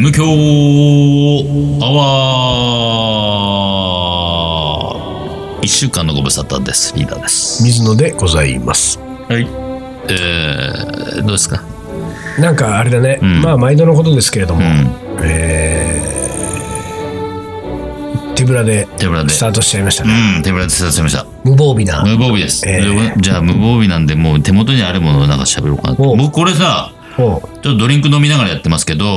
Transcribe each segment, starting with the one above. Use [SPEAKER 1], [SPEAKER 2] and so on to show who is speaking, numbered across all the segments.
[SPEAKER 1] M 強アワー。1週間のご無沙汰です。リーダーです。
[SPEAKER 2] 水野でございます。
[SPEAKER 1] はい。どうですか。
[SPEAKER 2] なんかあれだね、まあ毎度のことですけれども、手ぶらでスタートしちゃいましたね。
[SPEAKER 1] 手ぶらでスタートしました。
[SPEAKER 2] 無防備な。
[SPEAKER 1] 無防備です。じゃあ無防備なんで、もう手元にあるものをなんか喋ろうかな。僕これさ、ちょっとドリンク飲みながらやってますけど、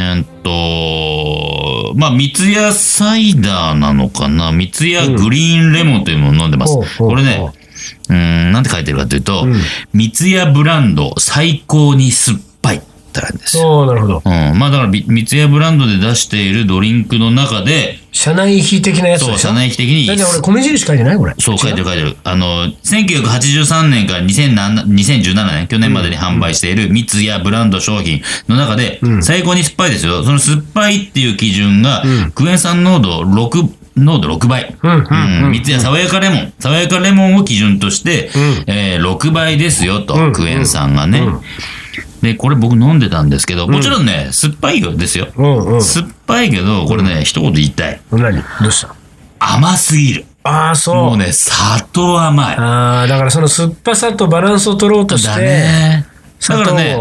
[SPEAKER 1] まあ、三ツ矢サイダーなのかな、三ツ矢グリーンレモンというものを飲んでます。これね、なんて書いてるかというと、三ツ矢ブランド最高に酸っぱいってあるんですよ。
[SPEAKER 2] なるほど。
[SPEAKER 1] まあだから三ツ矢ブランドで出しているドリンクの中で、
[SPEAKER 2] 社内費的なやつでしょ。
[SPEAKER 1] そう、社内費的に。
[SPEAKER 2] だって俺米印書いてないこれ。
[SPEAKER 1] そう、書いてる。1983年から2017年、去年までに販売している三ツ矢ブランド商品の中で、最高に酸っぱいですよ。その酸っぱいっていう基準が、クエン酸濃度6倍。三ツ矢爽やかレモンを基準として、6倍ですよと、クエン酸がね。で、これ僕飲んでたんですけど、もちろんね、酸っぱいよですよ。酸っぱいけど、これね、一言言いたい。
[SPEAKER 2] 何どうした？
[SPEAKER 1] 甘すぎる。
[SPEAKER 2] そう。
[SPEAKER 1] もうね、砂糖甘い。
[SPEAKER 2] だからその酸っぱさとバランスを取ろうとして。だ
[SPEAKER 1] ね。だからね、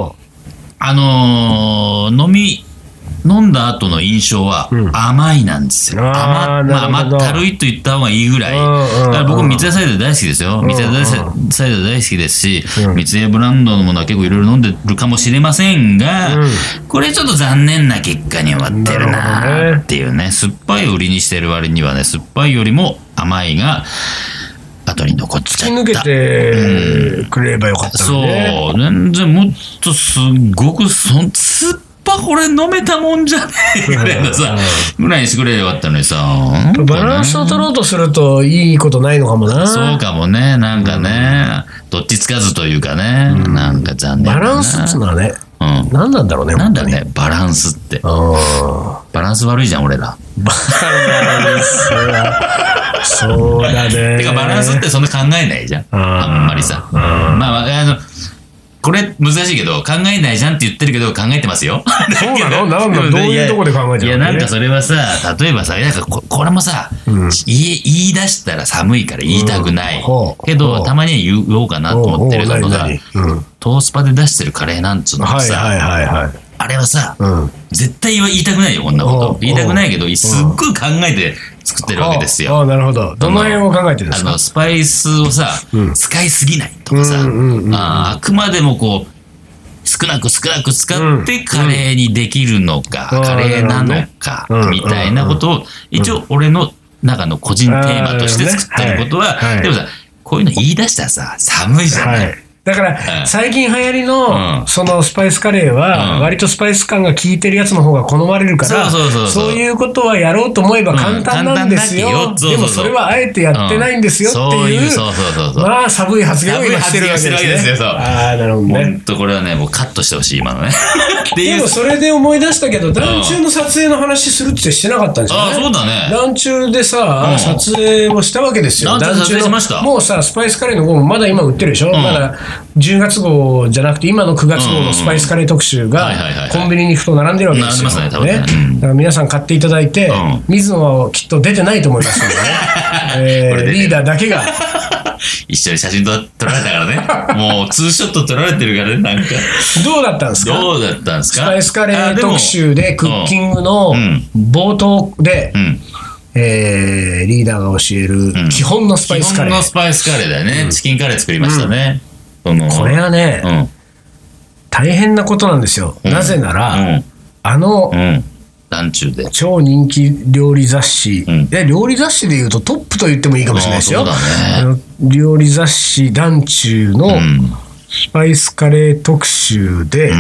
[SPEAKER 1] 飲んだ後の印象は甘いなんですよ。甘ったるいと言った方がいいぐらい。だから僕、三ツ矢サイダー大好きですよ。三ツ矢サイダー大好きですし、三ツ矢ブランドのものは結構いろいろ飲んでるかもしれませんが、これちょっと残念な結果に終わってるなっていうね。酸っぱいを売りにしてる割にはね、酸っぱいよりも甘いが、後に残っちゃった。
[SPEAKER 2] 突き抜けてくれればよかったね。
[SPEAKER 1] そう。全然もっとすっごく酸っぱこれ飲めたもんじゃねえぐらいのさ、ぐらいにしてくれればよかったのにさ。
[SPEAKER 2] バランスを取ろうとするといいことないのかもな。
[SPEAKER 1] そうかもね。なんかね、どっちつかずというかね。なんか残念だな。
[SPEAKER 2] バランスってのはね、何なんだろうね。
[SPEAKER 1] なんだね、バランスって。バランス悪いじゃん、俺ら。
[SPEAKER 2] バランスは、そうだね。
[SPEAKER 1] てか、バランスってそんな考えないじゃん。あんまりさ。まあ、これ難しいけど、考えないじゃんって言ってるけど、考えてますよ。
[SPEAKER 2] そうなの？なんだ、どういうとこで考えてるの？
[SPEAKER 1] いや、なんかそれはさ、例えばさ、なんかこれもさ、言い出したら寒いから言いたくない。けど、たまには言おうかなと思ってるのが、トースパで出してるカレーなんつうのもさ、あれはさ、絶対言いたくないよ、こんなこと。言いたくないけど、すっごい考えて作ってるわけですよ。
[SPEAKER 2] なるほど。どの辺を考えてるんですか？
[SPEAKER 1] スパイスをさ、使いすぎないとかさ、あくまでもこう、少なく使ってカレーにできるのか、カレーなのか、みたいなことを、一応俺の中の個人テーマとして作ってることは、でもさ、こういうの言い出したらさ、寒いじゃない。
[SPEAKER 2] だから、最近流行りの、そのスパイスカレーは、割とスパイス感が効いてるやつの方が好まれるから、そういうことはやろうと思えば簡単なんですよ。でもそれはあえてやってないんですよっていう、まあ、寒い発言を今してるわけですね。なるほどね。
[SPEAKER 1] ほんとこれはね、もうカットしてほしい、今のね。
[SPEAKER 2] でもそれで思い出したけど、団中の撮影の話するってしてなかったんですよね。
[SPEAKER 1] そうだね。
[SPEAKER 2] 団中でさ、撮影をしたわけですよ。
[SPEAKER 1] 団中撮影しました。
[SPEAKER 2] もうさ、スパイスカレーの号もまだ今売ってるでしょ。まだ10月号じゃなくて今の9月号のスパイスカレー特集がコンビニに行くと並んでるわけですよ。だから皆さん買っていただいて、水野はきっと出てないと思いますのでね。リーダーだけが
[SPEAKER 1] 一緒に写真撮られたからね。もうツーショット撮られてるからね。なんか
[SPEAKER 2] どうだったんですか？
[SPEAKER 1] ス
[SPEAKER 2] パイスカレー特集でクッキングの冒頭でリーダーが教える基本のスパイスカレー。
[SPEAKER 1] 基本のスパイスカレーだよね。チキンカレー作りましたね。
[SPEAKER 2] これはね、大変なことなんですよ。なぜなら、
[SPEAKER 1] 団中で
[SPEAKER 2] 超人気料理雑誌、料理雑誌でいうとトップと言ってもいいかもしれないですよ。料理雑誌団中のスパイスカレー特集で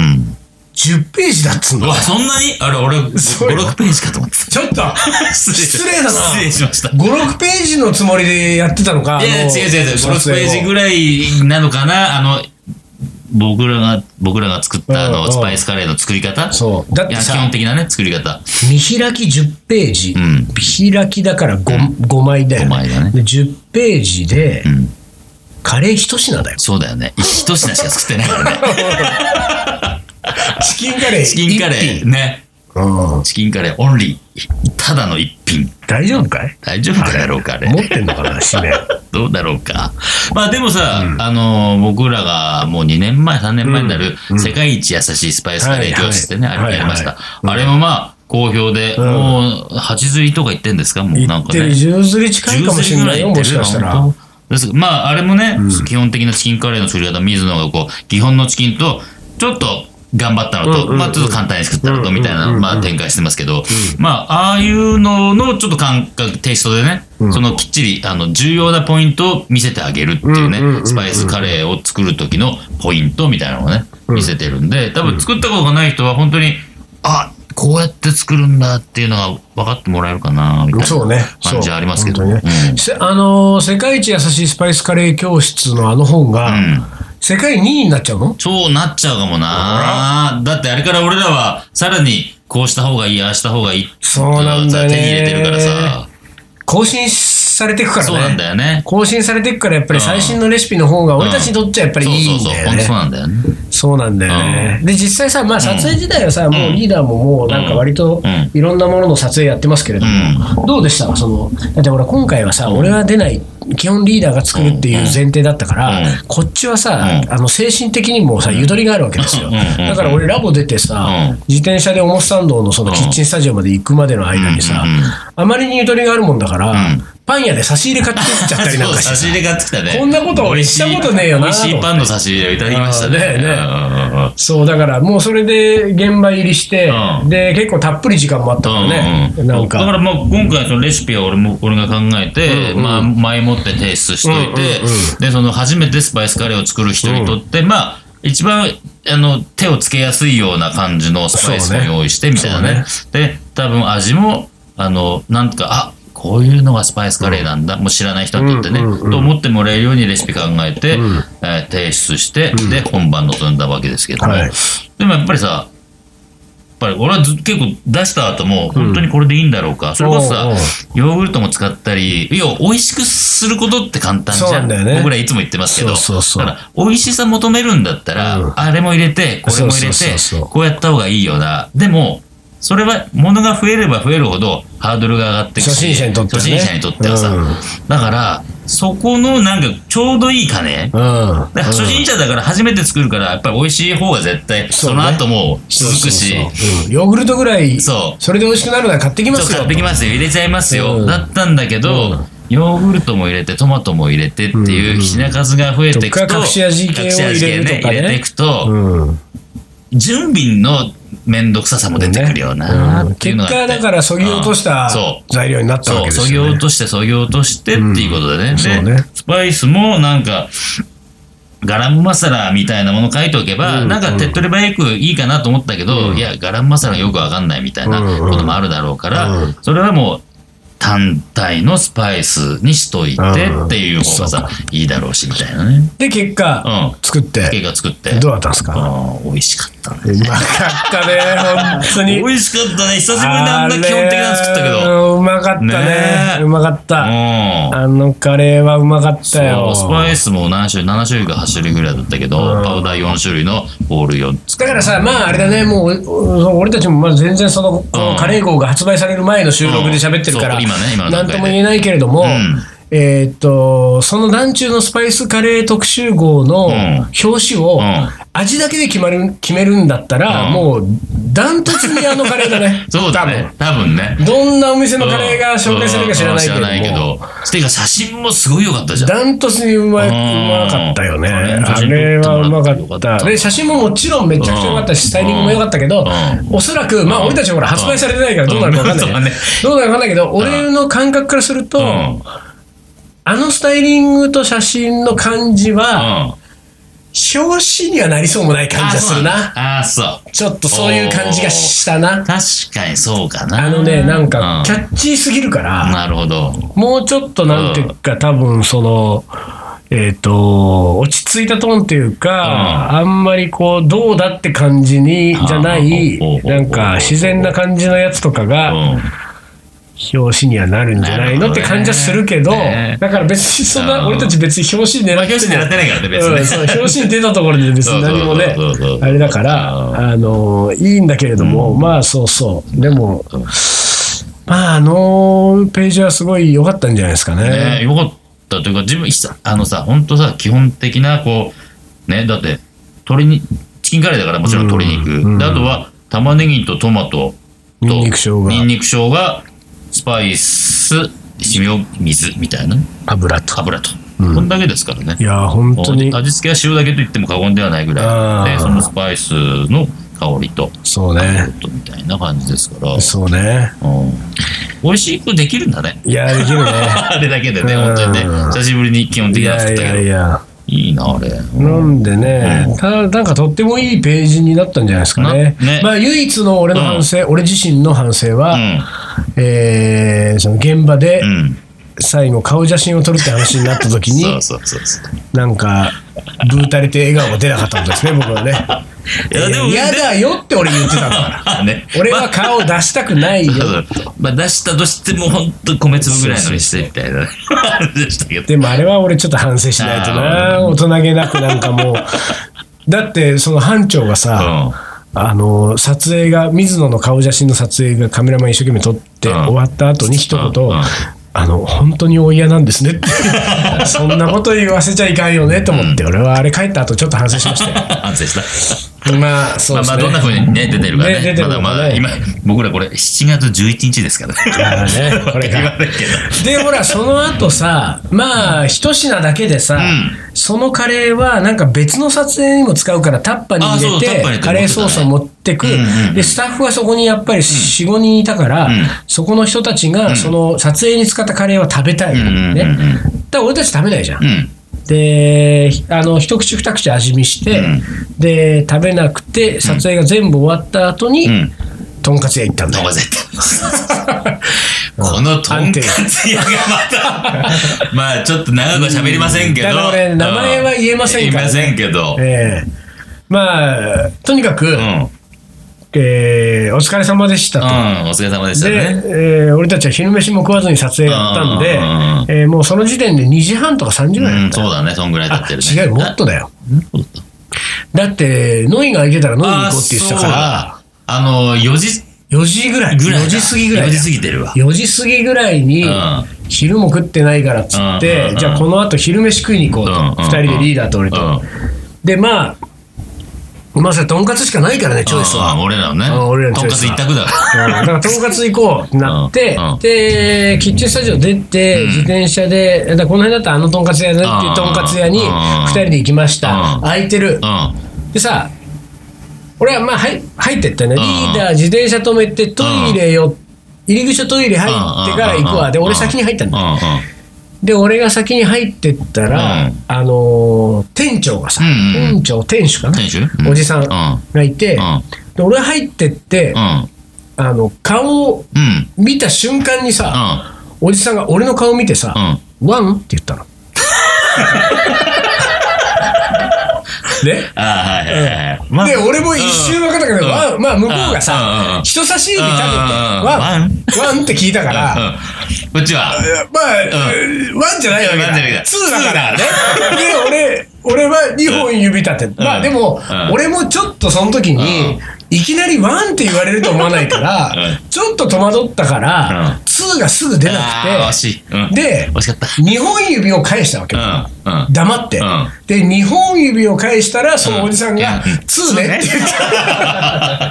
[SPEAKER 2] 10ページだっつうの。
[SPEAKER 1] そんなに？あれ、俺5、6ページかと思ってた。
[SPEAKER 2] ちょっと失礼だな。
[SPEAKER 1] 失礼しました。
[SPEAKER 2] 5、6ページのつもりでやってたのか。
[SPEAKER 1] いや、違う。5、6ページぐらいなのかな。僕らが作ったスパイスカレーの作り方。
[SPEAKER 2] そう。だってさ、
[SPEAKER 1] 基本的なね、作り方。
[SPEAKER 2] 見開き10ページ。見開きだから 5枚だよね。5
[SPEAKER 1] 枚だね。
[SPEAKER 2] で、10ページで、カレー1品だよ。
[SPEAKER 1] そうだよね。1品しか作ってないからね。
[SPEAKER 2] チキンカレー。
[SPEAKER 1] チキンカレーね。 チキンカレーオンリー。ただの一品。
[SPEAKER 2] 大丈夫かい？
[SPEAKER 1] 大丈夫かだろうか、あれ。
[SPEAKER 2] 持ってんのかな、締め。
[SPEAKER 1] どうだろうか。まあでもさ、僕らがもう2年前、3年前になる、世界一優しいスパイスカレー教室でね、あれやりました。あれもまあ、好評で、もう、8釣りとか言ってんですか？もうなんかね。
[SPEAKER 2] 10釣り近いかもしれないよ、もしかしたら。
[SPEAKER 1] まあ、あれもね、基本的なチキンカレーの作り方、水野がこう、基本のチキンと、ちょっと頑張ったのと、まあ、ちょっと簡単に作ったのと、みたいな、まあ、展開してますけど、まあ、ああいうのの、ちょっと感覚、テイストでね、そのきっちり、重要なポイントを見せてあげるっていうね、スパイスカレーを作る時のポイントみたいなのをね、見せてるんで、多分作ったことがない人は、本当に、こうやって作るんだっていうのが分かってもらえるかな、みたいな感じはありますけどね。
[SPEAKER 2] 世界一優しいスパイスカレー教室の本が、世界2位になっちゃうの？
[SPEAKER 1] そうなっちゃうかもな。だってあれから俺らは、さらにこうした方がいい、ああした方がいい。
[SPEAKER 2] そうなんだよね。
[SPEAKER 1] 手に入れてるからさ。
[SPEAKER 2] 更新されていくからね。
[SPEAKER 1] そうなんだよね。
[SPEAKER 2] 更新されていくから、やっぱり最新のレシピの方が俺たちにとっちゃやっぱりいいんだよね。
[SPEAKER 1] 本当そうなんだよね。
[SPEAKER 2] そうなんだよね。で、実際さ、まあ撮影自体はさ、もうリーダーももうなんか割といろんなものの撮影やってますけれども、どうでした？だってほら今回はさ、俺は出ない、基本リーダーが作るっていう前提だったから、こっちはさ、精神的にもさ、ゆとりがあるわけですよ。だから俺ラボ出てさ、自転車で表参道のそのキッチンスタジオまで行くまでの間にさ、あまりにゆとりがあるもんだから、パン屋で差し入れ買ってきちゃったりなんかして。
[SPEAKER 1] 差し入れ買ってきたね。
[SPEAKER 2] こんなこと俺したことねえよな。
[SPEAKER 1] 美味しいパンの差し入れをいただきましたね。
[SPEAKER 2] そう、だからもうそれで現場入りして、で、結構たっぷり時間もあったからね。なんか。
[SPEAKER 1] だからまあ今回そのレシピは俺が考えて、まあ前もって提出しといて、で、その初めてスパイスカレーを作る人にとって、まあ、一番手をつけやすいような感じのスパイスを用意してみたいなね。で、多分味も、なんとか、こういうのがスパイスカレーなんだ、もう知らない人にとってね、と思ってもらえるようにレシピ考えて、提出して、で、本番臨んだわけですけども。でもやっぱりさ、やっぱり俺は結構出した後も、本当にこれでいいんだろうか。それこそさ、ヨーグルトも使ったり、美味しくすることって簡単じゃん。僕らいつも言ってますけど。だから、美味しさ求めるんだったら、あれも入れて、これも入れて、こうやった方がいいよな。でも、それは物が増えれば増えるほどハードルが上がっていくし、
[SPEAKER 2] 初心者にとって
[SPEAKER 1] はさ、だからそこのなんかちょうどいいかね、初心者だから初めて作るからやっぱり美味しい方が絶対その後も続くし、
[SPEAKER 2] ヨーグルトぐらいそれで美味しくなるなら買ってきますよ、
[SPEAKER 1] 買ってきますよ、入れちゃいますよ、だったんだけど、ヨーグルトも入れてトマトも入れてっていう品数が増えていくと、
[SPEAKER 2] 隠し味系を入れるとかね、
[SPEAKER 1] 入れていくと、準備のめんどくささも出てくるよなっていうのがあって、
[SPEAKER 2] 結果だからそぎ落とした材料になったわけですよね。
[SPEAKER 1] そぎ落としてっていうことでね。で、スパイスもなんかガラムマサラみたいなもの書いておけば、なんか手っ取り早くいいかなと思ったけど、いやガラムマサラよくわかんないみたいなこともあるだろうから、それはもう単体のスパイスにしといてっていう方がさ、いいだろうしみたいなね。
[SPEAKER 2] で、結果、作って。どうだったんですか？
[SPEAKER 1] 美味しかったね。
[SPEAKER 2] うまかったね、本当に。
[SPEAKER 1] 美味しかったね。久しぶりにあんな基本的なの作ったけど。
[SPEAKER 2] うまかったね。うまかった。カレーはうまかったよ。
[SPEAKER 1] スパイスも7種類か8種類ぐらいだったけど、パウダー4種類のホール4つ。
[SPEAKER 2] だからさ、まああれだね、もう、俺たちもまだ全然このカレー号が発売される前の収録で喋ってるから、なんとも言えないけれども、その団中のスパイスカレー特集号の表紙を味だけで決めるんだったら、もうダントツにカレーだね。
[SPEAKER 1] そうだね。多分ね。
[SPEAKER 2] どんなお店のカレーが紹介されるか知らないけど。
[SPEAKER 1] てか写真もすごい良かったじゃん。
[SPEAKER 2] ダントツにうまかったよね。あれはうまかった。で、写真ももちろんめちゃくちゃ良かったし、スタイリングも良かったけど、おそらく、まあ俺たちほら発売されてないからどうなるか分かんない。どうなるか分かんないけど、俺の感覚からすると、スタイリングと写真の感じは、表紙にはなりそうもない感じがするな。
[SPEAKER 1] そう。
[SPEAKER 2] ちょっとそういう感じがしたな。
[SPEAKER 1] 確かにそうかな。
[SPEAKER 2] なんか、キャッチーすぎるから、
[SPEAKER 1] なるほど。
[SPEAKER 2] もうちょっとなんていうか、多分落ち着いたトーンっていうか、あんまりどうだって感じじゃない、なんか自然な感じのやつとかが、 表紙にはなるんじゃないのって感じはするけど、だから別にそんな、俺たち別に表紙狙って
[SPEAKER 1] ないからね、別に。
[SPEAKER 2] そう、表紙に出たところで別に何もね、あれだから、いいんだけれども、まあそうそう。でも、まあページはすごい良かったんじゃないですかね。
[SPEAKER 1] 良かったというか、自分、本当さ、基本的な、こう、ね、だって、チキンカレーだからもちろん鶏肉。で、あとは、玉ねぎとトマトと、
[SPEAKER 2] ニンニク生
[SPEAKER 1] 姜、スパイス、塩、水みたいな。
[SPEAKER 2] 油と。
[SPEAKER 1] こんだけですからね。
[SPEAKER 2] いや、本当に。
[SPEAKER 1] 味付けは塩だけと言っても過言ではないぐらいで、そのスパイスの香りと、
[SPEAKER 2] そうね。
[SPEAKER 1] みたいな感じですから。
[SPEAKER 2] そうね。
[SPEAKER 1] 美味しくできるんだね。
[SPEAKER 2] いや、できるね。
[SPEAKER 1] あれだけでね、本当にね。久しぶりに基本的な作ったけど。いいな、あれ。
[SPEAKER 2] なんでね、なんかとってもいいページになったんじゃないですかね。まあ、唯一の俺の反省、俺自身の反省は、その現場で、最後顔写真を撮るって話になった時になんかブータれて笑顔が出なかったことですね、僕はね。嫌だよって俺言ってたんだから俺は顔を出したくないよ。
[SPEAKER 1] 出したとしても本当米粒ぐらいのにしてみたいな
[SPEAKER 2] でもあれは俺ちょっと反省しないとな。大人げなくなんかもうだってその班長がさ、撮影が水野の顔写真の撮影がカメラマン一生懸命撮って終わった後に一言本当にお嫌なんですねってそんなこと言わせちゃいかんよねと思って、俺はあれ帰った後ちょっと反省しましたよ。
[SPEAKER 1] 反省した。
[SPEAKER 2] まあそうですね。
[SPEAKER 1] どんな風にね出てるかね。まだ今僕らこれ7月11日ですからね。これが。
[SPEAKER 2] でほらその後さ、まあ一品だけでさ、そのカレーはなんか別の撮影にも使うからタッパに入れてカレーソースを持ってく。でスタッフはそこにやっぱり 4,5 人いたから、そこの人たちがその撮影に使ったカレーは食べたいね。だから俺たち食べないじゃん。で一口二口味見して、で食べなくて撮影が全部終わった後に、とんかつ屋行ったんだよ。
[SPEAKER 1] このとんかつ屋がまたまあちょっと長くは喋りませんけど、
[SPEAKER 2] だから俺名前は言えませんからね。
[SPEAKER 1] 言えませんけど、
[SPEAKER 2] まあとにかく、お疲れ様でしたと。
[SPEAKER 1] お疲れ様でしたね。
[SPEAKER 2] で、俺たちは昼飯も食わずに撮影やったんで、もうその時点で2時半とか3時ぐらいだった。
[SPEAKER 1] そうだね、そんぐらい経ってるね。
[SPEAKER 2] 違う、もっとだよ。だって、ノイが空いてたらノイに行こうって言ってたから、
[SPEAKER 1] 4時ぐらい。
[SPEAKER 2] 4時過ぎぐらい。
[SPEAKER 1] 4時過ぎてるわ。
[SPEAKER 2] 4時過ぎぐらいに、昼も食ってないからっつって、じゃあこの後昼飯食いに行こうと。2人でリーダーと俺と。で、まあさ、とんかつしかないからね、チョイスは。
[SPEAKER 1] 俺らのね。とんかつ一択だから。
[SPEAKER 2] だからとんかつ行こうってなって、で、キッチンスタジオ出て、自転車で、この辺だったらとんかつ屋ねっていうとんかつ屋に2人で行きました。空いてる。でさ、俺はまあ入ってったね。リーダー自転車止めてトイレ入り口とトイレ入ってから行くわ。で、俺先に入ったんだ。で、俺が先に入ってったら、店長がさ、店主かな、おじさんがいて、で俺入ってって、顔を見た瞬間にさ、おじさんが俺の顔見てさ、ワンって言ったの。ね、で俺も一瞬分かったけど、まあ向こうがさ、人差し指立ててワンって聞いたから、
[SPEAKER 1] こっちは
[SPEAKER 2] まあワンじゃないわけだ、ツーだからね。で俺は2本指立てて、まあでも俺もちょっとその時にいきなりワンって言われると思わないから、ちょっと戸惑ったから、2がすぐ出なくて、で、2本指を返したわけ。黙って。で、2本指を返したら、そのおじさんが、2ねって言った。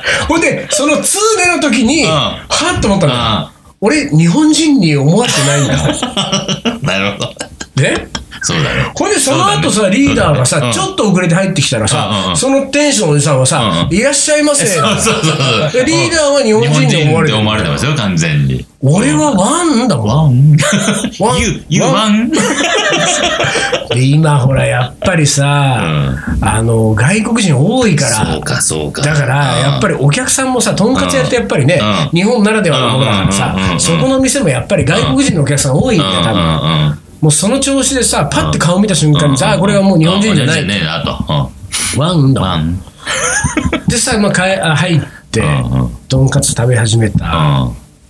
[SPEAKER 2] ほんで、その2ねの時に、はっと思ったの。俺、日本人に思われてないんだ。
[SPEAKER 1] なるほど。
[SPEAKER 2] ね、
[SPEAKER 1] そうだね。
[SPEAKER 2] ほんで、その後さ、リーダーがさ、ちょっと遅れて入ってきたらさ、その店主のおじさんはさ、いらっしゃいませ。リーダーは日本人に思われてる。
[SPEAKER 1] 思われてますよ、完全に。
[SPEAKER 2] 俺はワンだもん。
[SPEAKER 1] You one?
[SPEAKER 2] で、今ほら、やっぱりさ、外国人多いから。
[SPEAKER 1] そうか。
[SPEAKER 2] だから、やっぱりお客さんもさ、とんかつ屋ってやっぱりね、日本ならではのものだからさ、そこの店もやっぱり外国人のお客さん多いんだよ、多分。もうその調子でさ、パッて顔見た瞬間にさ、これはもう日本人じゃない。ワンだもん。でさ、入って、とんかつ食べ始めた。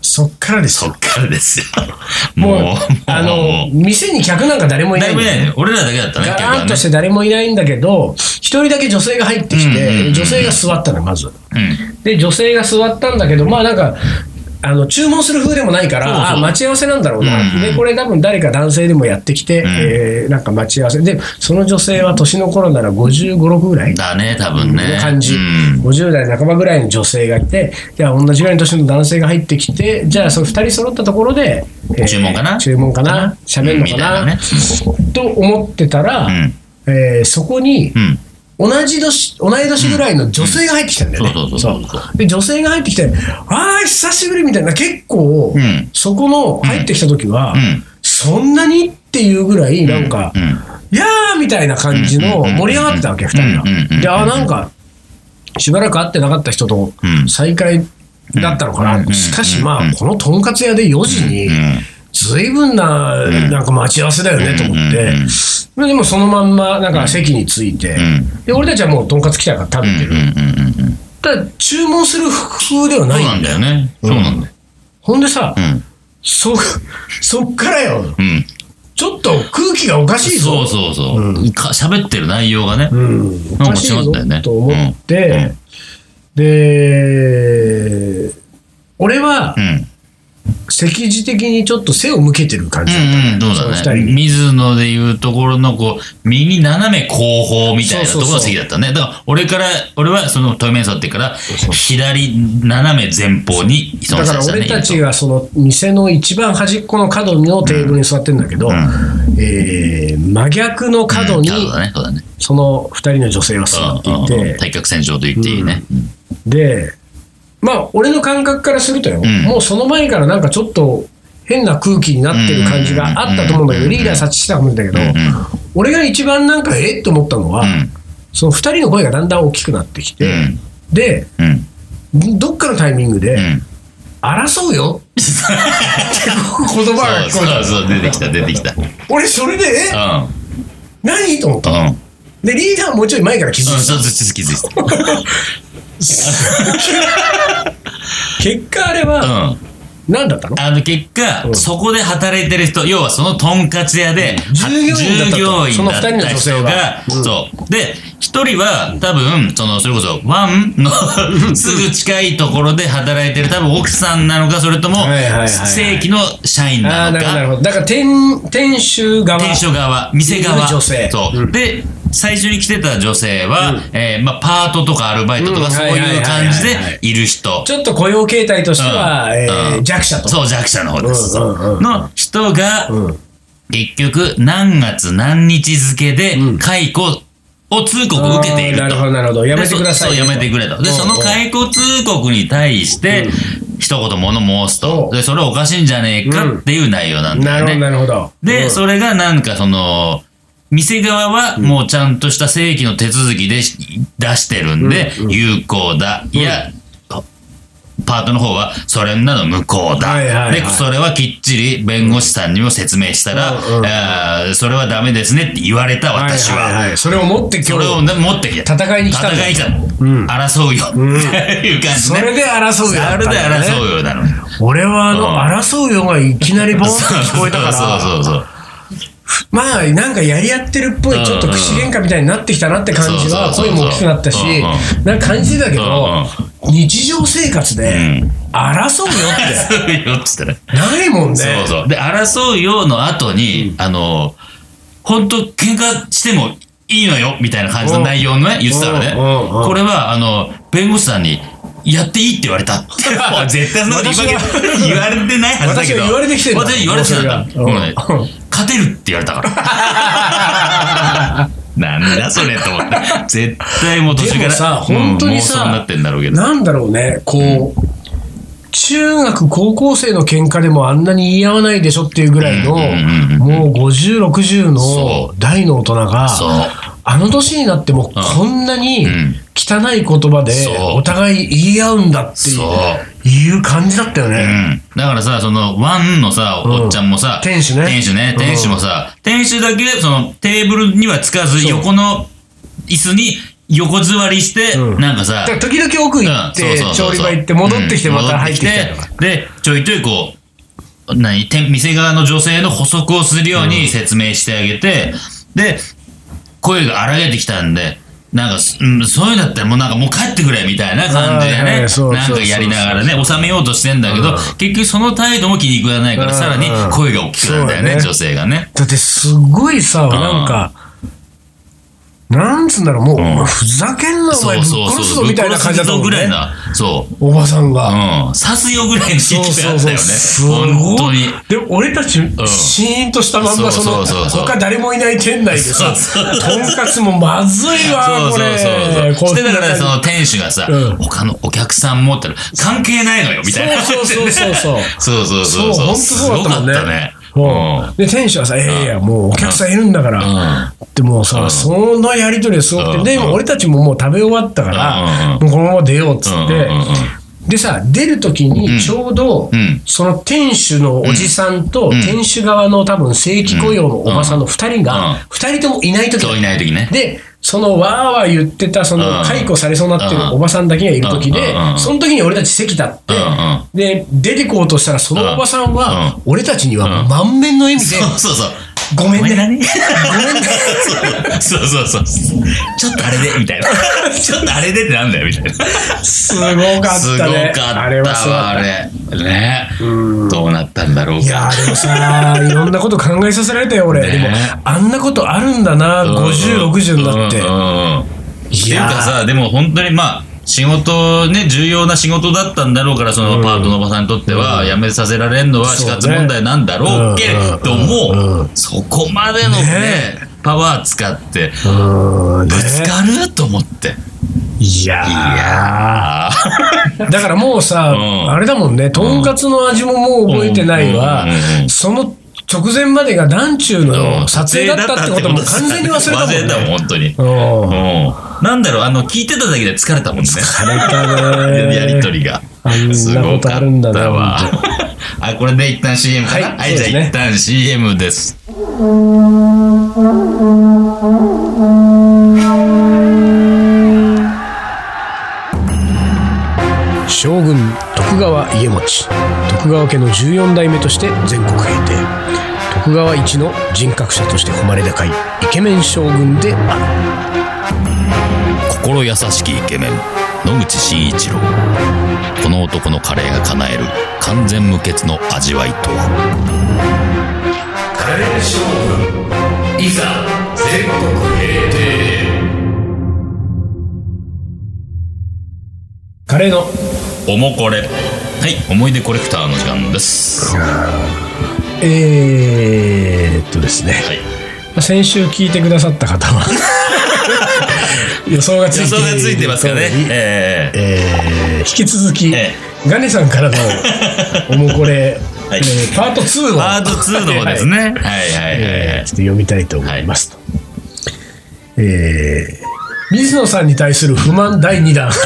[SPEAKER 2] そっからです
[SPEAKER 1] よ。そっからですよ。
[SPEAKER 2] もう、店に客なんか誰もいない。
[SPEAKER 1] 誰もいないね。俺らだけだったね、
[SPEAKER 2] ガーンとして誰もいないんだけど、一人だけ女性が入ってきて、女性が座ったの、まず。で、女性が座ったんだけど、まあなんか、注文する風でもないから、待ち合わせなんだろうな。で、これ多分誰か男性でもやってきて、なんか待ち合わせ。で、その女性は年の頃なら55、6ぐらい
[SPEAKER 1] だね、多分ね。
[SPEAKER 2] の感じ。50代半ばぐらいの女性がいて、じゃあ同じぐらいの年の男性が入ってきて、じゃあその2人揃ったところで、
[SPEAKER 1] 注文かな
[SPEAKER 2] 喋るのかなと思ってたら、そこに、同い年ぐらいの女性が入ってきたんだよね。で、女性が入ってきて、久しぶりみたいな、結構、そこの入ってきた時は、そんなにっていうぐらい、なんか、いやーみたいな感じの盛り上がってたわけ、二人が。で、なんか、しばらく会ってなかった人と再会だったのかな。しかしまあ、このとんかつ屋で4時に、ずいぶんな、なんか待ち合わせだよねと思って、でもそのまんま、なんか席に着いて、で、俺たちはもうとんかつ来たから食べてる。ただ、注文する風ではないんだよ。
[SPEAKER 1] そうなんだよね。そうなんだよ。
[SPEAKER 2] ほんでさ、そっからよ、ちょっと空気がおかしいぞ。
[SPEAKER 1] 喋ってる内容がね。
[SPEAKER 2] おかしいぞと思って、で、俺は、席次的にちょっと背を向けてる感じだったね。
[SPEAKER 1] 水野でいうところのこう右斜め後方みたいなところの席だったね。だから俺はそのトイメン座ってから左斜め前方に
[SPEAKER 2] だから俺たちがその店の一番端っこの角のテーブルに座ってるんだけど、真逆の角にその2人の女性が座っていて、
[SPEAKER 1] 対角線上と言っていいね。
[SPEAKER 2] で、まあ、俺の感覚からするとよ、もうその前からなんかちょっと変な空気になってる感じがあったと思うんだけど、リーダー察知したかもしれないけど、俺が一番なんかって思ったのは、その2人の声がだんだん大きくなってきて、で、どっかのタイミングで、争うよって言葉が聞こえた。
[SPEAKER 1] そう、出てきた。
[SPEAKER 2] 俺それで、何と思ったの。で、リーダーはもうちょい前から気づいた。
[SPEAKER 1] 気づいた。
[SPEAKER 2] 結果あれは、何だったの？
[SPEAKER 1] 結果、そこで働いてる人、要はそのとんかつ屋で従業員だった人が、で、一人は多分、それこそワンのすぐ近いところで働いてる多分奥さんなのか、それとも正規の社員なのか。
[SPEAKER 2] なるほど。だから店主側、
[SPEAKER 1] 店側。
[SPEAKER 2] 女性。
[SPEAKER 1] で、最初に来てた女性は、パートとかアルバイトとかそういう感じでいる人。
[SPEAKER 2] ちょっと雇用形態としては、弱者と。
[SPEAKER 1] そう、弱者の方です。の人が、結局、何月何日付で解雇を通告を受けていると。
[SPEAKER 2] なるほど。やめてください。
[SPEAKER 1] そう、やめてくれと。で、その解雇通告に対して、一言物申すと。で、それおかしいんじゃねえかっていう内容なんだよね。
[SPEAKER 2] なるほど。
[SPEAKER 1] で、それがなんか店側はもうちゃんとした正規の手続きで出してるんで、有効だ。いや、パートの方はそれなの無効だ。で、それはきっちり弁護士さんにも説明したら、それはダメですねって言われた私は。
[SPEAKER 2] それを持って今日、
[SPEAKER 1] それを持ってきた。
[SPEAKER 2] 戦いに来た。
[SPEAKER 1] 争うよ。っていう感じ。
[SPEAKER 2] それで争うよ。
[SPEAKER 1] それで争うよなの。
[SPEAKER 2] 俺は争うよがいきなりボンと聞こえたから。そう。まあなんかやり合ってるっぽいちょっと口喧嘩みたいになってきたなって感じは声も大きくなったしなんか感じてたけど日常生活で争うよってないもんね。
[SPEAKER 1] そうで争うよの後に本当喧嘩してもいいのよみたいな感じの内容のね言ってたらねこれは弁護士さんにやっていいって言われた。絶対そんなこと言われてないはずだけど。
[SPEAKER 2] 私は言われてきてる。
[SPEAKER 1] 私は言われてたんだ。勝てるって言われたから。なんだそれと思って。絶対もう年から
[SPEAKER 2] さ、本当にさ、なんだろうね、中学高校生の喧嘩でもあんなに言い合わないでしょっていうぐらいの、もう50、60の大の大人が、あの年になってもこんなに汚い言葉でお互い言い合うんだっていう感じだったよね。
[SPEAKER 1] だからさ、ワンのさ、おっちゃんもさ、
[SPEAKER 2] 店主
[SPEAKER 1] もさ、店主だけテーブルにはつかず横の椅子に横座りして、なんかさ、
[SPEAKER 2] 時々奥行って、調理場行って、戻ってきてまた入ってきて、
[SPEAKER 1] で、ちょいちょいこう、店側の女性の補足をするように説明してあげて、で、声が荒げてきたんで、なんか、そういうんだったらもう帰ってくれみたいな感じでね、なんかやりながらね、収めようとしてんだけど、結局その態度も気に食わないから、さらに声が大きくなるんだよね、女性がね。
[SPEAKER 2] だってすごいさ、なんか、なんつうんだろう、もう、ふざけんな、お前、ぶっ殺すぞみたいな感じだったもんね。ぐらいな、
[SPEAKER 1] そう。
[SPEAKER 2] おばさんが。
[SPEAKER 1] 刺すよぐらいの勢いあったよね。本当に。
[SPEAKER 2] で、俺たち、シーンとしたまんま、他誰もいない店内でさ、とんかつもまずいわ、これ。
[SPEAKER 1] してだからその店主がさ、他のお客さん持ったら、関係ないのよ、みたいな。
[SPEAKER 2] そう。
[SPEAKER 1] そう、本当そうだったね。
[SPEAKER 2] で、店主はさ、いや、もうお客さんいるんだから、でもさ、そのやりとりがすごくて、で、俺たちももう食べ終わったから、もうこのまま出ようっつって、でさ、出るときにちょうど、その店主のおじさんと、店主側の多分正規雇用のおばさんの2人が、2人ともいないとき。
[SPEAKER 1] いないときね。
[SPEAKER 2] で、そのわーわー言ってた、その解雇されそうになってるおばさんだけがいるときで、その時に俺たち席立って、で、出てこうとしたら、そのおばさんは、俺たちには満面の笑みで、ごめんね。ごめんね。
[SPEAKER 1] そう。ちょっとあれで、みたいな。ちょっとあれでってなんだよ、みたいな。
[SPEAKER 2] すごかったね。
[SPEAKER 1] すごかったわ、あれ。ね。どうなったんだろうか。
[SPEAKER 2] いや、でもさ、いろんなこと考えさせられたよ、俺。でも、あんなことあるんだな、50、60になって。
[SPEAKER 1] っていうかさ、でも本当に仕事ね、重要な仕事だったんだろうから、そのパートのおばさんにとっては、辞めさせられるのは死活問題なんだろうけれども、そこまでのね、パワー使って、ぶつかると思って。
[SPEAKER 2] いやー。だからもうさ、あれだもんね、とんかつの味ももう覚えてないわ。その直前までが団中の撮影だったってことも完全に忘れたもんね。
[SPEAKER 1] 忘れたもん、本当に。なんだろう、聞いてただけで疲れたもんね。
[SPEAKER 2] 疲れたね。
[SPEAKER 1] やりとりが。
[SPEAKER 2] すごかったわ。
[SPEAKER 1] これで一旦 CM かな。はい、じゃあ一旦 CM です。
[SPEAKER 2] 将軍徳川家茂、徳川家の14代目として全国平定、徳川一の人格者として誉れ高いイケメン将軍である。
[SPEAKER 1] 心優しきイケメン野口真一郎。この男のカレーが叶える完全無欠の味わいとは。
[SPEAKER 2] カレー将軍いざ全国平定。カレーの
[SPEAKER 1] おもこれ。はい、思い出コレクターの時間です。
[SPEAKER 2] ですね、はい、先週聞いてくださった方は予想がついてますかね。引き続き、ガネさんからのおもこれ、はい、パート2
[SPEAKER 1] の方ですね。
[SPEAKER 2] ちょっと読みたいと思います。水野さんに対する不満第2弾。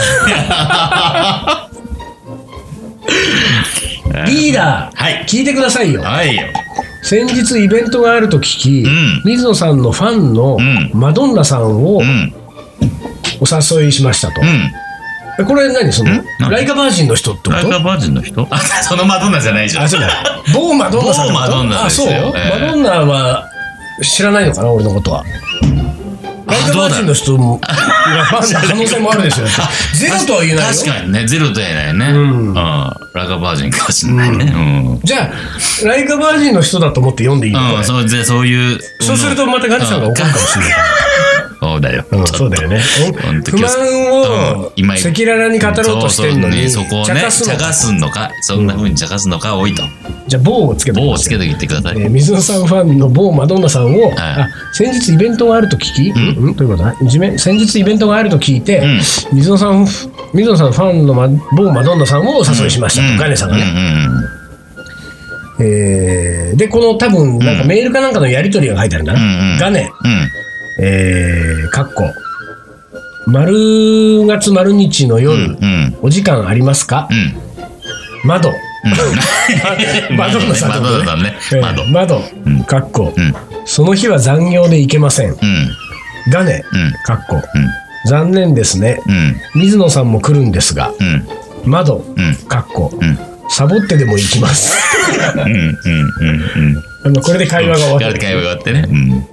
[SPEAKER 2] リーダー、はい、聞いてくださいよ。
[SPEAKER 1] はいよ。
[SPEAKER 2] 先日イベントがあると聞き、水野さんのファンのマドンナさんをお誘いしましたと。これ何そのライカバージンの人ってこと？
[SPEAKER 1] ライカバージンの人？そのマドンナじゃないじゃん。
[SPEAKER 2] あ、そうだ。某マドンナさん。
[SPEAKER 1] 某マドンナですよ。
[SPEAKER 2] あ、そう。マドンナは知らないのかな、俺のことは。ライカバージンの人もファンの可能性もあるでしょ。ゼロとは言えないよ。
[SPEAKER 1] 確かにね、ゼロとは言えないね。ライカバージンかもしれないね。
[SPEAKER 2] じゃあライカバージンの人だと思って読んでいいの？
[SPEAKER 1] そういう。
[SPEAKER 2] そうするとまたガネさんが怒るかもしれない。
[SPEAKER 1] そうだよ。
[SPEAKER 2] そうだよね。不満を赤裸々に語ろうとしてるのに
[SPEAKER 1] そこをね茶化すのか、そんな風に茶化すのか多いと。
[SPEAKER 2] じゃあ棒をつけて
[SPEAKER 1] 言ってください。
[SPEAKER 2] 水野さんファンの某マドンナさんを、先日イベントがあると聞き、どういうことだ？先日イベントがあると聞いて、水野さんファンの某マドンナさんをお誘いしましたと、ガネさんがね。でこの多分なんかメールかなんかのやり取りが書いてあるんだな。ガネ。かっこ丸月丸日の夜、お時間ありますか？窓マドンナさんね。窓かっこその日は残業で行けません。ガネかっこ残念ですね。水野さんも来るんですが、窓、サボってでも行きます。これで会話が終わって。
[SPEAKER 1] 会話が終わってね。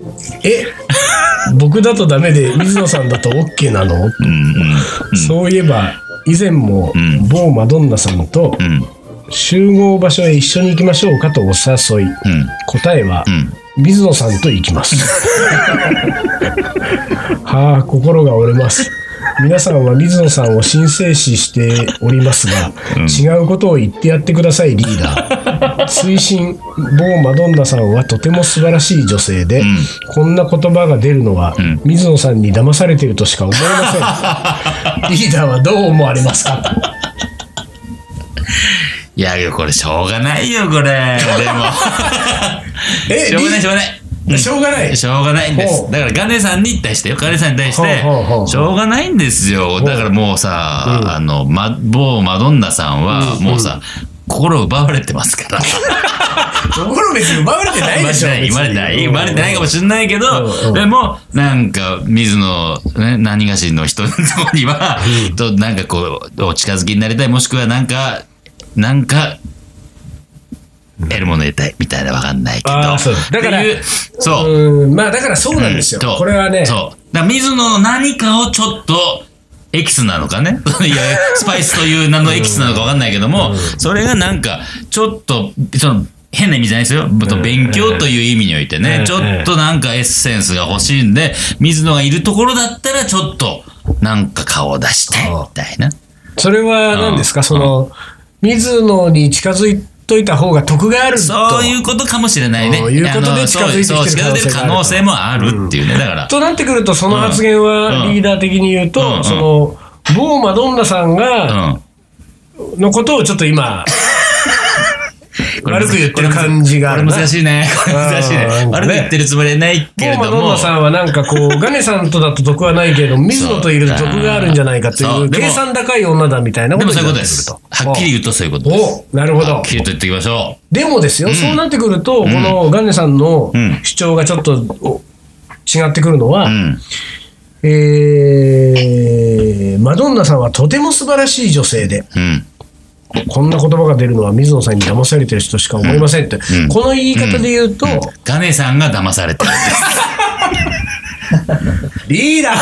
[SPEAKER 2] 僕だとダメで水野さんだと OK なの？そういえば以前も某マドンナさんと集合場所へ一緒に行きましょうかとお誘い、答えは水野さんと行きます。はあ、心が折れます。皆さんは水野さんを神聖視しておりますが、違うことを言ってやってください、リーダー。推進、某マドンナさんはとても素晴らしい女性で、こんな言葉が出るのは、水野さんに騙されているとしか思えません。リーダーはどう思われますか？
[SPEAKER 1] いや、これしょうがないよ、これ。でも。しょうがない。
[SPEAKER 2] しょうがない
[SPEAKER 1] んです。だからガネさんに対してよ、ガネさんに対してしょうがないんですよ。だからもうさ、某マドンナさんはもうさ、心奪われてますから。
[SPEAKER 2] 心別に奪われてないでしょ。
[SPEAKER 1] 奪われてないかもしれないけど、でもなんか水野何がしの人のとこにはとなんかこうお近づきになりたい、もしくはなんか得るもの得たいみたいな、わかんないけど。だ
[SPEAKER 2] からまあだからそうなんですよ。これはね。
[SPEAKER 1] そう。だから水野の何かをちょっとエキスなのかね。いや、スパイスという名のエキスなのかわかんないけども、それがなんかちょっと変な意味じゃないですよ。勉強という意味においてね、ちょっとなんかエッセンスが欲しいんで、水野がいるところだったらちょっとなんか顔を出したいみたいな。
[SPEAKER 2] それは何ですか、水野に近づいといた方が得があると。
[SPEAKER 1] そういうことかもしれないね。
[SPEAKER 2] いうことで近づいてきてる
[SPEAKER 1] 可能性もあるっていうね。だから。
[SPEAKER 2] となってくると、その発言はリーダー的に言うと、某マドンナさんが、のことをちょっと今、悪く言ってる感じがあるな。
[SPEAKER 1] これ難しいね。悪く言ってるつもりはないけれども。
[SPEAKER 2] 某マドンナさんはなんかこう、ガネさんとだと得はないけれども、水野といると得があるんじゃないかという、計算高い女だみたいなことになってくると。
[SPEAKER 1] はっきり言うとそういうことです。
[SPEAKER 2] なるほど。
[SPEAKER 1] はっきりと言っていきましょう。
[SPEAKER 2] でもですよ、そうなってくると、このガネさんの主張がちょっと違ってくるのは、マドンナさんはとても素晴らしい女性で、こんな言葉が出るのは水野さんに騙されてる人しか思いませんって、この言い方で言うと、
[SPEAKER 1] ガネさんが騙されてるんです。
[SPEAKER 2] リーダー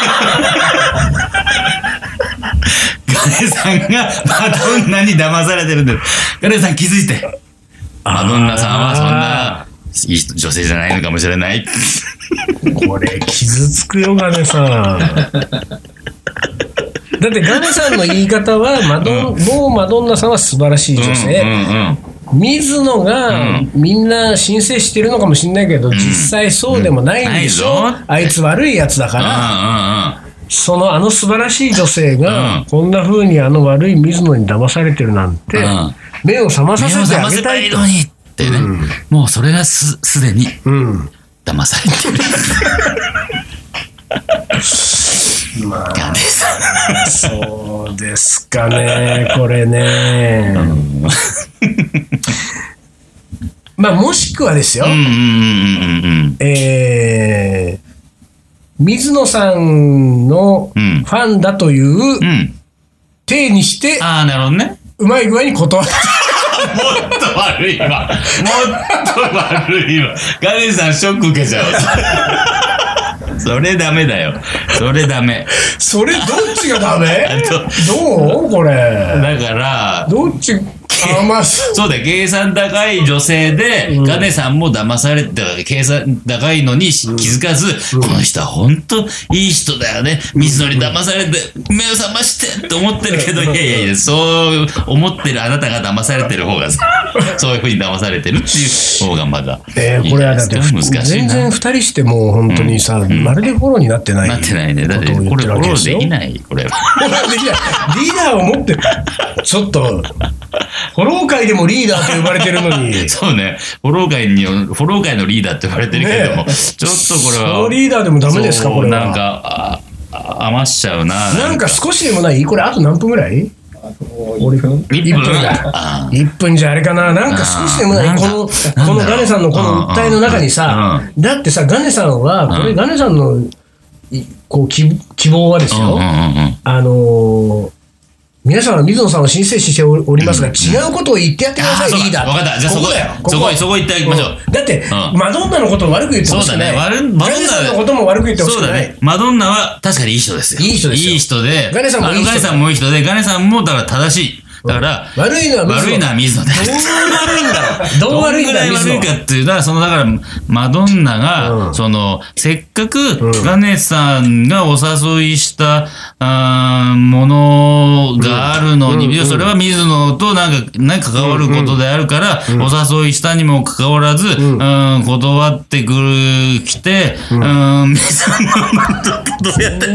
[SPEAKER 1] ガネさんがマドンナに騙されてるんです。ガネさん気づいて。マドンナさんはそんないい女性じゃないのかもしれない。
[SPEAKER 2] これ傷つくよ、ガネさん。だってガネさんの言い方は某マドンナさんは素晴らしい女性、水野がみんな申請してるのかもしれないけど、実際そうでもないんでしょ、あいつ悪いやつだから、あの素晴らしい女性がこんな風に悪い水野に騙されてるなんて、目を覚まさせてあげたいと。
[SPEAKER 1] ってね、もうそれがすでに騙されてる。ガネさん。
[SPEAKER 2] そうですかね、これね。まあもしくはですよ、水野さんのファンだという体にして、
[SPEAKER 1] なるほどね、
[SPEAKER 2] うまい具合に断って。
[SPEAKER 1] もっと悪いわ。ガネさんショック受けちゃう。それダメだよ。それダメ。
[SPEAKER 2] それどっちがダメ？どうこれ。
[SPEAKER 1] だから、
[SPEAKER 2] どっち
[SPEAKER 1] そうだよ、計算高い女性で、ガネさんも騙されて、計算高いのに気づかず、この人は本当いい人だよね。水野に騙されて、目を覚ましてって思ってるけど、いや、そう思ってるあなたが騙されてる方がさ、そういうふうに騙されてるっていう方がまだ。
[SPEAKER 2] これはだって難しいな。全然二人しても本当にさ、まるでフォローになってない。
[SPEAKER 1] なってないね。だってこれフォローできない、これは。
[SPEAKER 2] できない。リーダーを持って、ちょっと、フォロー界でもリーダーと呼ばれてるのに。
[SPEAKER 1] そうね。フォロー界のリーダーって呼ばれてるけども、ちょっとこれは。
[SPEAKER 2] そのリーダーでもダメですか、これは。
[SPEAKER 1] なんか、余しちゃうな。
[SPEAKER 2] なんか少しでもない？これあと何分ぐらい？1分だ。1分じゃあれかな。なんか少しでもない？このガネさんのこの訴えの中にさ、だってさ、ガネさんは、これガネさんのこう希望はですよ、皆様、水野さんを申請しておりますが、違うことを言ってやってください、リーダー。
[SPEAKER 1] 分かった。じゃあそこ行っていきましょう。
[SPEAKER 2] だって、マドンナのことを悪く言ってほしくない。ガネさんのことも悪く言ってほしくない。そうだね。
[SPEAKER 1] マドンナは確かにいい人ですよ。いい人ですよ。いい人で、
[SPEAKER 2] ガネさんもいい人。
[SPEAKER 1] ガネさんもいい人で、ガネさんもだから正しい。だから、
[SPEAKER 2] 悪いのは水野だ。どう悪いんだろう。どう悪いんだろう。
[SPEAKER 1] どう悪いかっていうのは、だから、マドンナが、せっかく、ガネさんがお誘いした、ものがあるのに、それは水野となんか関わることであるから、お誘いしたにもかかわらず、断ってきて、水野のどうやって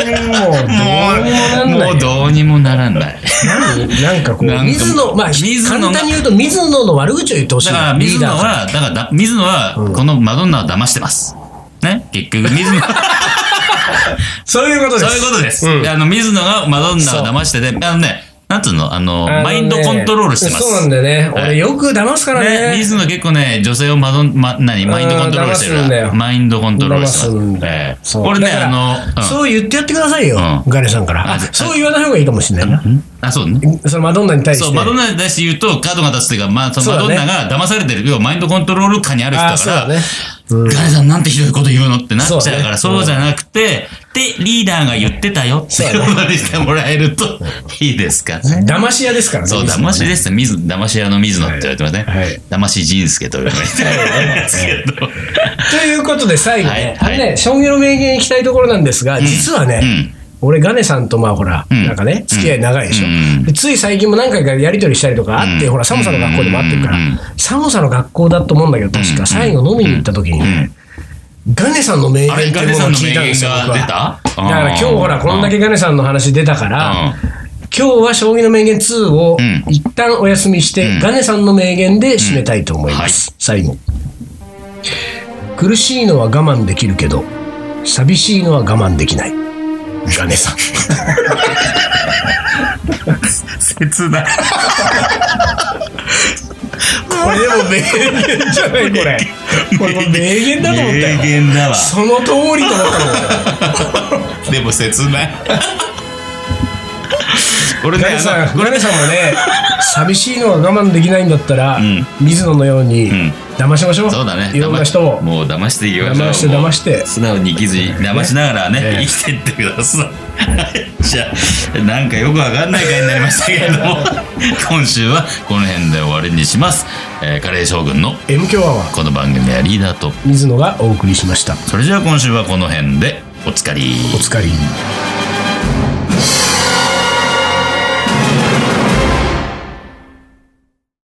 [SPEAKER 1] もうどうにもならない。
[SPEAKER 2] なんかこう、水野、簡単に言うと水野の悪口を言ってほしい。
[SPEAKER 1] だから水野は、このマドンナを騙してます。ね、結局水野。
[SPEAKER 2] そういうことです。
[SPEAKER 1] そういうことです。水野がマドンナを騙してて、なんつうのマインドコントロールしてます。
[SPEAKER 2] そうなんだよね。俺よく騙すからね。
[SPEAKER 1] 水野結構ね、女性をマインドコントロールしてる。マインドコントロールしてます。これね、
[SPEAKER 2] そう言ってやってくださいよ。ガネさんから。そう言わない方がいいかもしれないな。
[SPEAKER 1] そうね。
[SPEAKER 2] そのマドンナに対して。そう、
[SPEAKER 1] マドンナに対して言うと、角が立つというか、マドンナが騙されてるよ。マインドコントロール下にある人だから、ガネさんなんてひどいこと言うのってなっちゃうから、そうじゃなくて、で、リーダーが言ってたよっていうことにしてもらえるといいですかね。
[SPEAKER 2] 騙し屋ですからね。
[SPEAKER 1] そう、騙しです。騙し屋の水野って言われてますね。騙し仁介と言われてますけど。
[SPEAKER 2] ということで最後ね、将棋の名言行きたいところなんですが、実はね、俺、ガネさんとほら、なんかね、付き合い長いでしょ。つい最近も何回かやり取りしたりとかあって、ほら、寒さの学校でも会ってるから、寒さの学校だと思うんだけど、確か最後飲みに行った時にね、ガネさんの名言っていうものを聞いたんですよ、僕は。だから今日ほら、こんだけガネさんの話出たから、今日は将棋の名言2を一旦お休みして、ガネさんの名言で締めたいと思います。最後。苦しいのは我慢できるけど、寂しいのは我慢できない。ガネさん。
[SPEAKER 1] 切ない。
[SPEAKER 2] これでも名言じゃないこれ。これも名言だと思ったよ。
[SPEAKER 1] 名言だわ。
[SPEAKER 2] その通りと思ったもん。
[SPEAKER 1] でも切ない。
[SPEAKER 2] ガネさんもね、寂しいのは我慢できないんだったら、水野のように騙しましょう。
[SPEAKER 1] そうだね。
[SPEAKER 2] いろんな人を。
[SPEAKER 1] もう騙していきましょう。
[SPEAKER 2] 騙して。
[SPEAKER 1] 素直に生きずに騙しながらね、生きていってください。じゃあ、なんかよくわかんない回になりましたけれども、今週はこの辺で終わりにします。カレー将軍の
[SPEAKER 2] M 強アワー。
[SPEAKER 1] この番組はリーダーと
[SPEAKER 2] 水野がお送りしました。
[SPEAKER 1] それじゃあ今週はこの辺でおつかり。
[SPEAKER 2] おつかり。